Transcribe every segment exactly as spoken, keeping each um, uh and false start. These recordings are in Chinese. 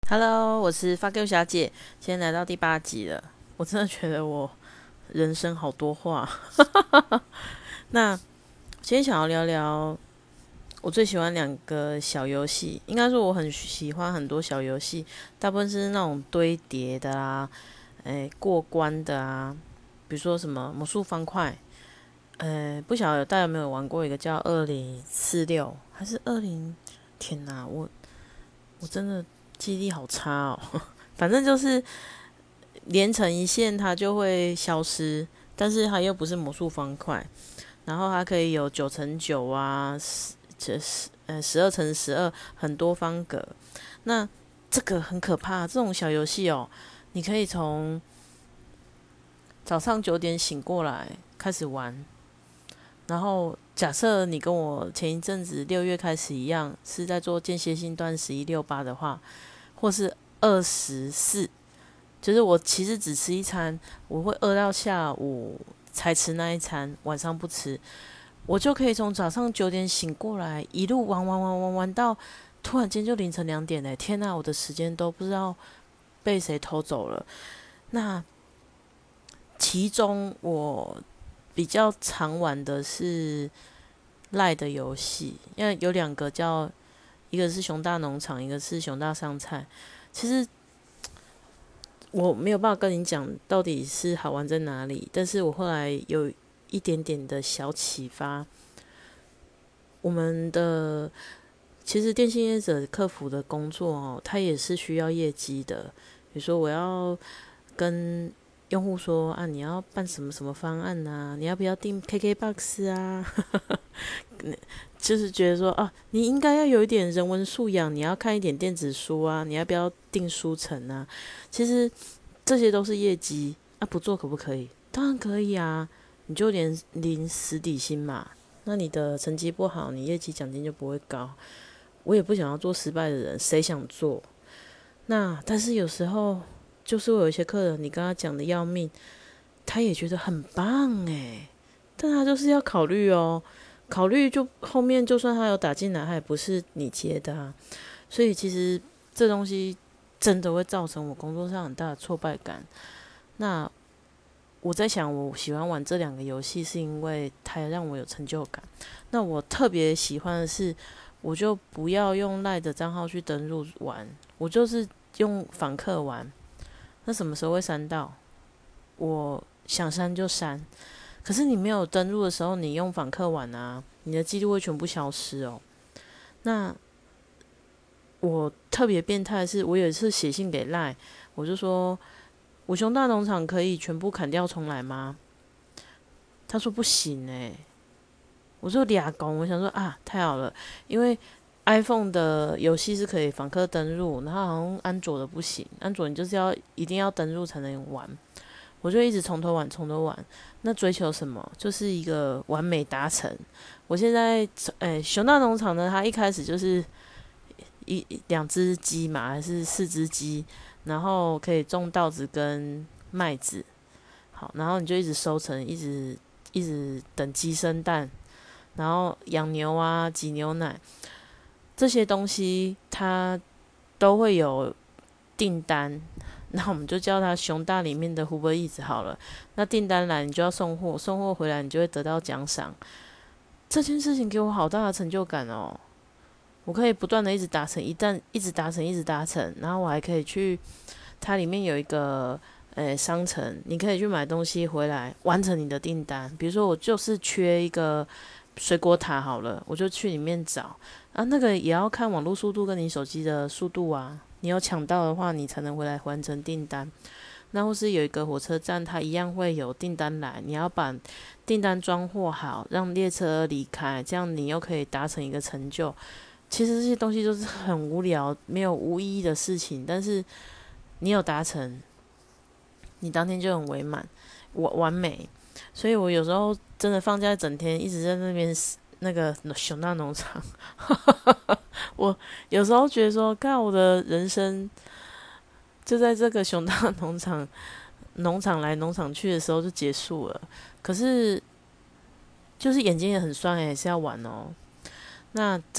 Hello，我是发 Q 小姐，今天来到第八集了。我真的觉得我人生好多话。那今天想要聊聊我最喜欢两个小游戏，应该说我很喜欢很多小游戏，大部分是那种堆叠的啊，诶过关的啊，比如说什么魔术方块，呃，不晓得大家有没有玩过一个叫二零四六还是二零？天哪，我我真的记忆力好差哦。反正就是连成一线，它就会消失，但是它又不是魔术方块，然后它可以有九乘九啊，十十呃十二乘十二，很多方格。那这个很可怕，这种小游戏哦，你可以从早上九点醒过来开始玩，然后假设你跟我前一阵子六月开始一样，是在做间歇性断食一六八的话，或是二十四。就是我其实只吃一餐，我会饿到下午才吃那一餐，晚上不吃，我就可以从早上九点醒过来，一路玩玩玩玩玩到突然间就凌晨两点嘞！天哪，我的时间都不知道被谁偷走了。那其中我比较常玩的是赖的游戏，因为有两个叫一个是熊大农场，一个是熊大上菜。其实我没有办法跟你讲到底是好玩在哪里，但是我后来有一点点的小启发。我们的其实电信业者客服的工作哦，它也是需要业绩的。比如说我要跟用户说啊，你要办什么什么方案啊，你要不要订 K K B O X 啊？就是觉得说啊，你应该要有一点人文素养，你要看一点电子书啊，你要不要订书城啊？其实这些都是业绩啊，不做可不可以？当然可以啊，你就连领死底薪嘛。那你的成绩不好，你业绩奖金就不会高。我也不想要做失败的人，谁想做？那但是有时候就是会有一些客人，你跟他讲的要命，他也觉得很棒诶，但他就是要考虑哦，考虑就后面就算他有打进来，他也不是你接的啊。所以其实这东西真的会造成我工作上很大的挫败感。那我在想，我喜欢玩这两个游戏，是因为它让我有成就感。那我特别喜欢的是，我就不要用赖的账号去登录玩，我就是用访客玩。那什么时候会删到？我想删就删。可是你没有登录的时候，你用访客玩啊，你的记录会全部消失哦。那我特别变态的是，我有一次写信给赖，我就说我熊大农场可以全部砍掉重来吗？他说不行诶、欸我就俩公，我想说啊，太好了，因为 iPhone 的游戏是可以访客登录，然后好像安卓的不行，安卓你就是要一定要登录才能玩。我就一直从头玩，从头玩。那追求什么？就是一个完美达成。我现在，诶，熊大农场呢，它一开始就是一两只鸡嘛，还是四只鸡，然后可以种稻子跟麦子。好，然后你就一直收成，一直一直等鸡生蛋，然后养牛啊、挤牛奶这些东西，它都会有订单。那我们就叫它熊大里面的 Uber Eats 好了。那订单来，你就要送货，送货回来，你就会得到奖赏。这件事情给我好大的成就感哦！我可以不断的一直达成，一旦一直达成，一直达成，然后我还可以去它里面有一个呃商城，你可以去买东西回来，完成你的订单。比如说我就是缺一个水果塔好了，我就去里面找啊，那个也要看网络速度跟你手机的速度啊。你有抢到的话，你才能回来完成订单。那或是有一个火车站，它一样会有订单来，你要把订单装货好，让列车离开，这样你又可以达成一个成就。其实这些东西都是很无聊、没有无意义的事情，但是你有达成，你当天就很美满、完完美。所以我有时候真的放假整天一直在那边那个熊大农场，我有时候觉得说，看我的人生就在这个熊大农场农场来农场去的时候就结束了。可是就是眼睛也很酸，也是要玩哦。那真的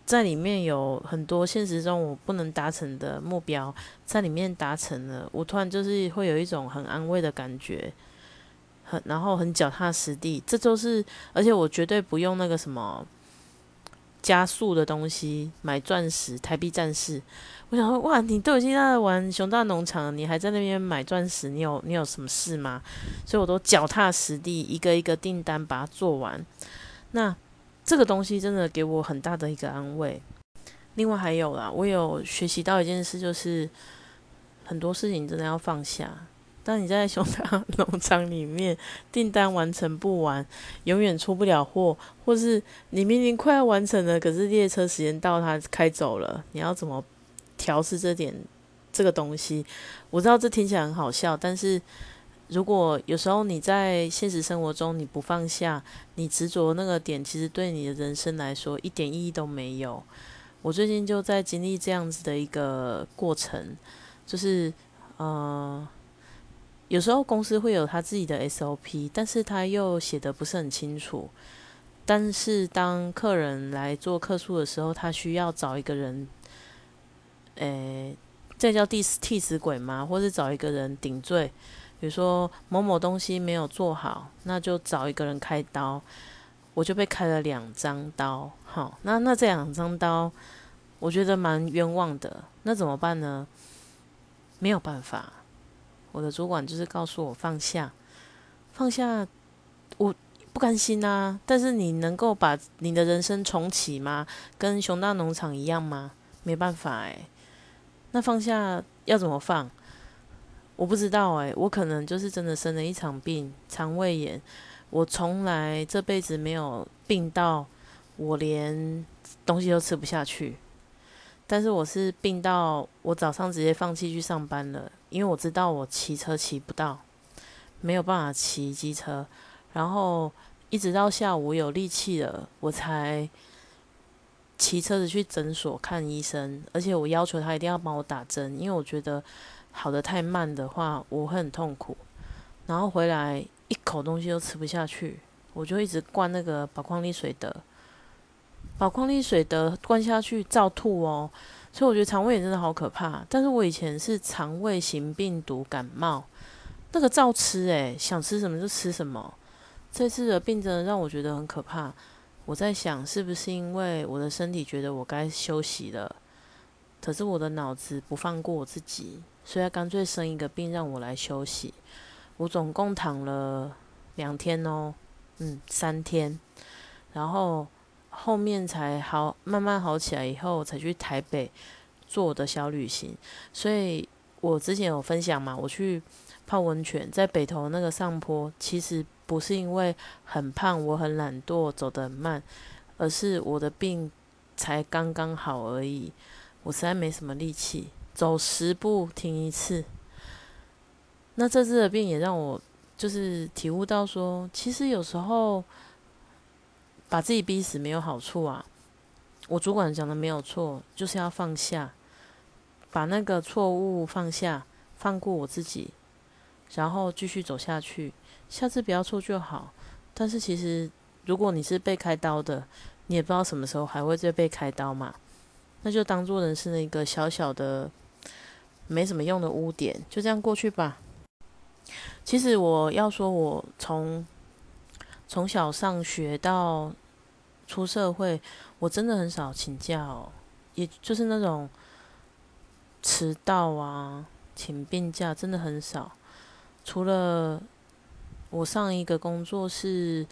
在里面有很多现实中我不能达成的目标，在里面达成了，我突然就是会有一种很安慰的感觉，很然后很脚踏实地。这就是，而且我绝对不用那个什么加速的东西，买钻石、台币战士。我想说，哇，你都已经在玩熊大农场了，你还在那边买钻石，你有你有什么事吗？所以我都脚踏实地，一个一个订单把它做完。那这个东西真的给我很大的一个安慰。另外还有啦，我有学习到一件事，就是很多事情真的要放下。当你在熊大农场里面订单完成不完，永远出不了货，或是你明明快要完成了，可是列车时间到，它开走了，你要怎么调试这点这个东西？我知道这听起来很好笑，但是如果有时候你在现实生活中你不放下，你执着那个点，其实对你的人生来说一点意义都没有。我最近就在经历这样子的一个过程，就是呃，有时候公司会有他自己的 S O P， 但是他又写得不是很清楚。但是当客人来做客诉的时候，他需要找一个人，诶，这叫替替死鬼吗？或是找一个人顶罪？比如说某某东西没有做好，那就找一个人开刀。我就被开了两张刀，好，那那这两张刀，我觉得蛮冤枉的。那怎么办呢？没有办法，我的主管就是告诉我放下，放下，我不甘心啊。但是你能够把你的人生重启吗？跟熊大农场一样吗？没办法哎、欸。那放下要怎么放？我不知道哎、欸，我可能就是真的生了一场病，肠胃炎。我从来这辈子没有病到我连东西都吃不下去，但是我是病到我早上直接放弃去上班了，因为我知道我骑车骑不到，没有办法骑机车，然后一直到下午有力气了，我才骑车子去诊所看医生，而且我要求他一定要帮我打针，因为我觉得好的太慢的话我会很痛苦。然后回来一口东西都吃不下去，我就一直灌那个宝矿力水的，宝矿力水的灌下去照吐哦。所以我觉得肠胃炎真的好可怕。但是我以前是肠胃型病毒感冒，那个照吃诶、欸，想吃什么就吃什么。这次的病真的让我觉得很可怕。我在想，是不是因为我的身体觉得我该休息了，可是我的脑子不放过我自己，所以他干脆生一个病让我来休息。我总共躺了两天哦，嗯，三天，然后后面才好，慢慢好起来以后，我才去台北做我的小旅行。所以我之前有分享嘛，我去泡温泉，在北投那个上坡，其实不是因为很胖，我很懒惰，走得很慢，而是我的病才刚刚好而已。我实在没什么力气，走十步停一次。那这次的病也让我就是体悟到说，其实有时候把自己逼死没有好处啊。我主管讲的没有错，就是要放下，把那个错误放下，放过我自己，然后继续走下去。下次不要错就好。但是其实如果你是被开刀的，你也不知道什么时候还会再被开刀嘛，那就当做人生的一个小小的没什么用的污点，就这样过去吧。其实我要说，我从从小上学到出社会，我真的很少请假哦，也就是那种迟到啊、请病假，真的很少。除了我上一个工作是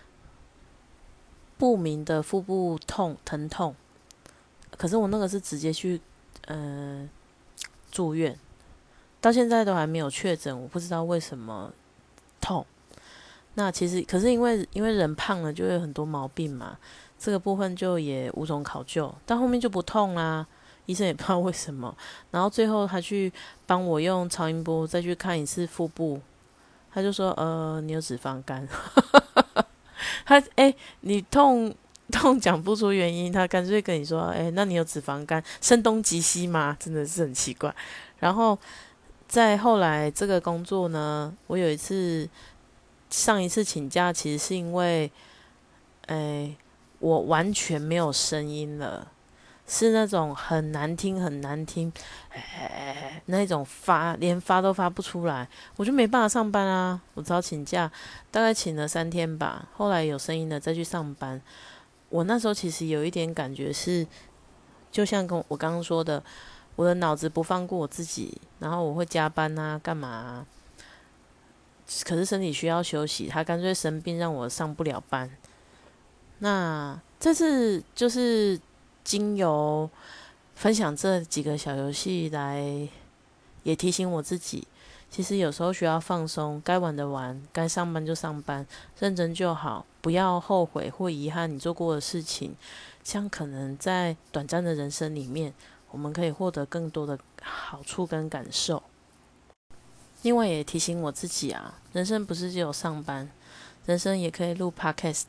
不明的腹部痛疼痛，可是我那个是直接去呃住院，到现在都还没有确诊，我不知道为什么痛。那其实可是因为因为人胖了就会有很多毛病嘛，这个部分就也无从考究，但后面就不痛啦，医生也不知道为什么，然后最后他去帮我用超音波再去看一次腹部，他就说呃你有脂肪肝，他哎、欸、你痛痛讲不出原因，他干脆跟你说哎、欸、那你有脂肪肝，声东击西吗？真的是很奇怪。然后再后来这个工作呢，我有一次上一次请假，其实是因为，诶，我完全没有声音了， 是那种很难听很难听，哎，那种发连发都发不出来，我就没办法上班啊，我只好请假，大概请了三天吧。后来有声音了再去上班。我那时候其实有一点感觉是，就像跟我刚刚说的，我的脑子不放过我自己，然后我会加班啊，干嘛啊？可是身体需要休息，他干脆生病让我上不了班。那这次就是经由分享这几个小游戏来，也提醒我自己，其实有时候需要放松，该玩的玩，该上班就上班，认真就好，不要后悔或遗憾你做过的事情。这样可能在短暂的人生里面，我们可以获得更多的好处跟感受。另外也提醒我自己啊，人生不是只有上班，人生也可以录 podcast，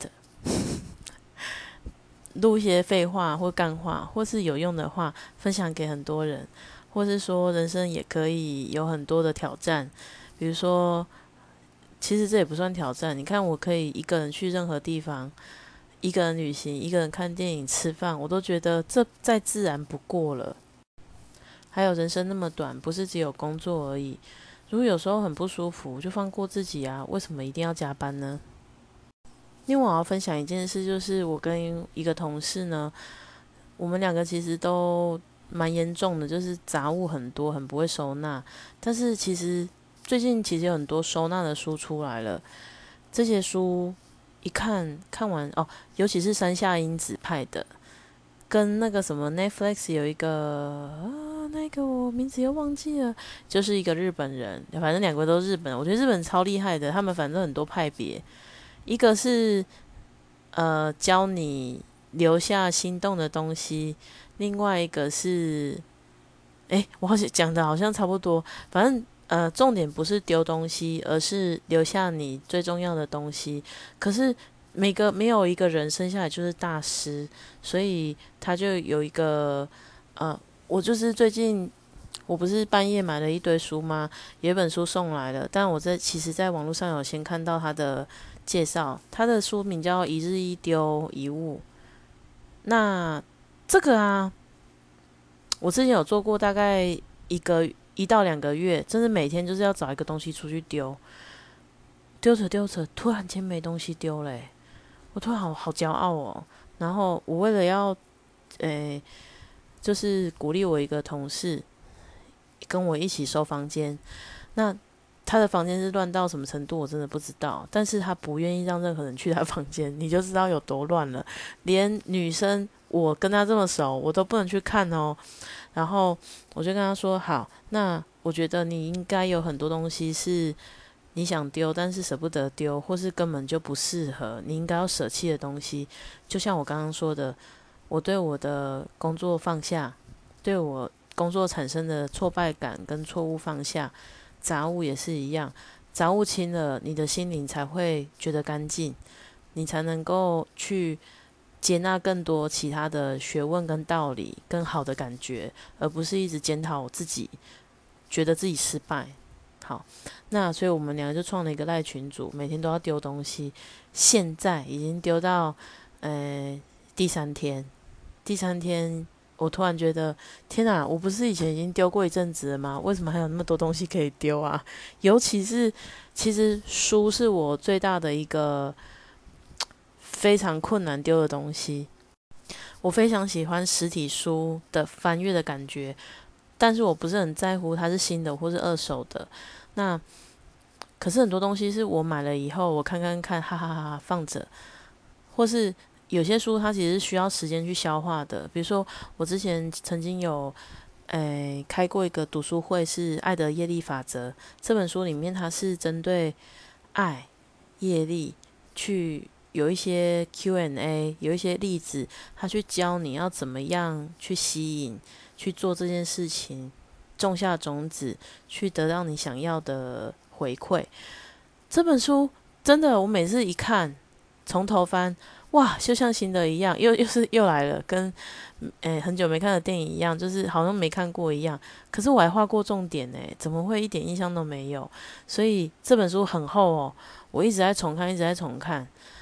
录一些废话或干话，或是有用的话分享给很多人，或是说人生也可以有很多的挑战，比如说，其实这也不算挑战。你看，我可以一个人去任何地方，一个人旅行，一个人看电影、吃饭，我都觉得这再自然不过了。还有人生那么短，不是只有工作而已。如果有时候很不舒服，就放过自己啊！为什么一定要加班呢？另外，我要分享一件事，就是我跟一个同事呢，我们两个其实都蛮严重的，就是杂物很多，很不会收纳。但是其实最近其实有很多收纳的书出来了，这些书一看看完哦，尤其是山下英子派的，跟那个什么 Netflix 有一个啊，那个我名字又忘记了，就是一个日本人，反正两个都是日本，我觉得日本超厉害的，他们反正很多派别，一个是呃教你留下心动的东西，另外一个是，诶，我好像讲的好像差不多，反正呃重点不是丢东西，而是留下你最重要的东西。可是每个没有一个人生下来就是大师，所以他就有一个呃，我就是最近我不是半夜买了一堆书吗？有一本书送来了，但我在其实在网络上有先看到他的介绍，他的书名叫《一日一丢一物》。那这个啊，我之前有做过，大概一个一到两个月，真的每天就是要找一个东西出去丢，丢着丢着，突然间没东西丢嘞、欸，我突然好好骄傲哦。然后我为了要，诶、就是鼓励我一个同事跟我一起收房间，那他的房间是乱到什么程度，我真的不知道。但是他不愿意让任何人去他房间，你就知道有多乱了。连女生，我跟他这么熟，我都不能去看哦。然后我就跟他说：“好，那我觉得你应该有很多东西是你想丢，但是舍不得丢，或是根本就不适合，你应该要舍弃的东西。就像我刚刚说的，我对我的工作放下，对我工作产生的挫败感跟错误放下，杂物也是一样。杂物清了，你的心灵才会觉得干净，你才能够去接纳更多其他的学问跟道理，更好的感觉，而不是一直检讨自己，觉得自己失败。好，那所以我们两个就创了一个赖群组，每天都要丢东西。现在已经丢到呃第三天，第三天我突然觉得，天哪！我不是以前已经丢过一阵子了吗？为什么还有那么多东西可以丢啊？尤其是，其实书是我最大的一个非常困难丢的东西。我非常喜欢实体书的翻阅的感觉，但是我不是很在乎它是新的或是二手的。那可是很多东西是我买了以后，我看看看，哈哈哈哈放着，或是有些书它其实是需要时间去消化的。比如说，我之前曾经有诶开过一个读书会，是《爱的业力法则》这本书里面，它是针对爱、业力去有一些 Q and A， 有一些例子，他去教你要怎么样去吸引，去做这件事情，种下种子，去得到你想要的回馈。这本书真的，我每次一看，从头翻，哇，就像新的一样，又又是又来了，跟诶很久没看的电影一样，就是好像没看过一样。可是我还画过重点呢，怎么会一点印象都没有？所以这本书很厚哦，我一直在重看，一直在重看。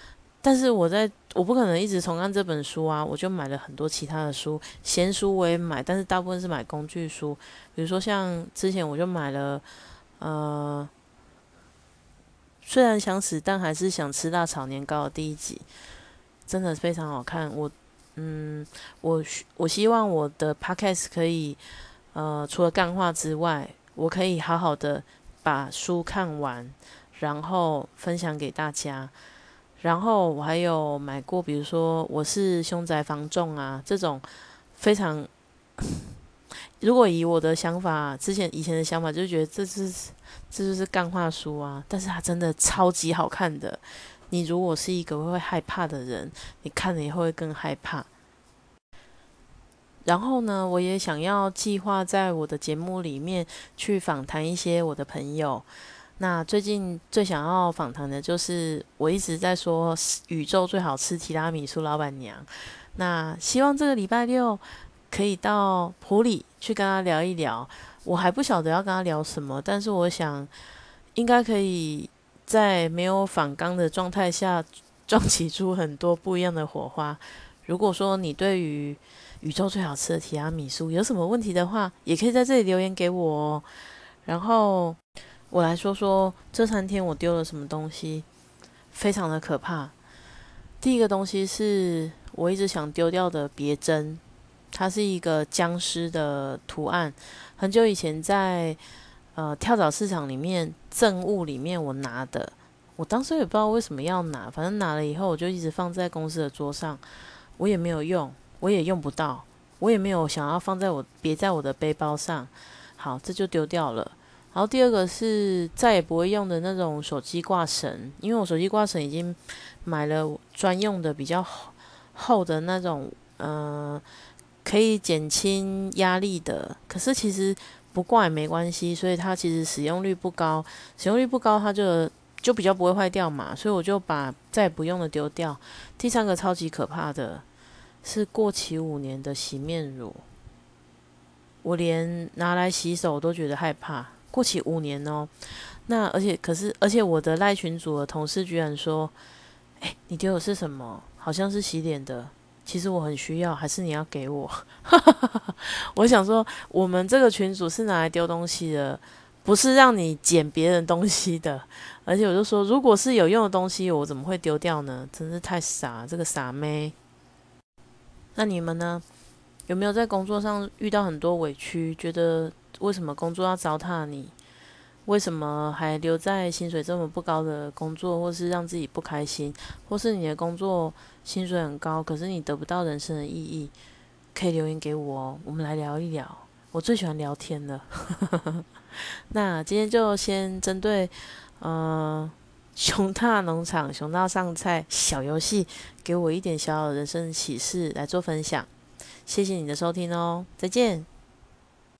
但是我在我不可能一直重看这本书啊，我就买了很多其他的书，闲书我也买，但是大部分是买工具书，比如说像之前我就买了，呃，虽然想死，但还是想吃辣炒年糕的第一集，真的非常好看。我，嗯，我我希望我的 podcast 可以，呃，除了干话之外，我可以好好的把书看完，然后分享给大家。然后我还有买过，比如说我是凶宅房仲啊这种非常，如果以我的想法，之前以前的想法，就觉得这是这就是干话书啊，但是它真的超级好看的。你如果是一个会害怕的人，你看了以后会更害怕。然后呢，我也想要计划在我的节目里面去访谈一些我的朋友。那最近最想要访谈的就是我一直在说宇宙最好吃提拉米苏老板娘。那希望这个礼拜六可以到普里去跟他聊一聊。我还不晓得要跟他聊什么，但是我想应该可以在没有反纲的状态下撞起出很多不一样的火花。如果说你对于宇宙最好吃的提拉米苏有什么问题的话，也可以在这里留言给我哦。然后我来说说这三天我丢了什么东西，非常的可怕。第一个东西是我一直想丢掉的别针，它是一个僵尸的图案，很久以前在呃跳蚤市场里面赠物里面我拿的，我当时也不知道为什么要拿，反正拿了以后我就一直放在公司的桌上，我也没有用，我也用不到，我也没有想要放在我别在我的背包上，好，这就丢掉了。然后第二个是再也不会用的那种手机挂绳，因为我手机挂绳已经买了专用的比较厚的那种，呃，可以减轻压力的，可是其实不挂也没关系，所以它其实使用率不高，使用率不高它就就比较不会坏掉嘛，所以我就把再也不用的丢掉。第三个超级可怕的是过期五年的洗面乳，我连拿来洗手都觉得害怕。过期五年哦，那而且可是而且我的赖群组的同事居然说：“哎，你丢的是什么？好像是洗脸的。其实我很需要，还是你要给我？”我想说，我们这个群组是拿来丢东西的，不是让你捡别人东西的。而且我就说，如果是有用的东西，我怎么会丢掉呢？真是太傻，这个傻妹。那你们呢？有没有在工作上遇到很多委屈，觉得为什么工作要糟蹋你？为什么还留在薪水这么不高的工作，或是让自己不开心，或是你的工作薪水很高，可是你得不到人生的意义？可以留言给我哦，我们来聊一聊。我最喜欢聊天了。那今天就先针对呃熊大农场、熊大上菜小游戏，给我一点小小的人生启示来做分享。谢谢你的收听哦，再见。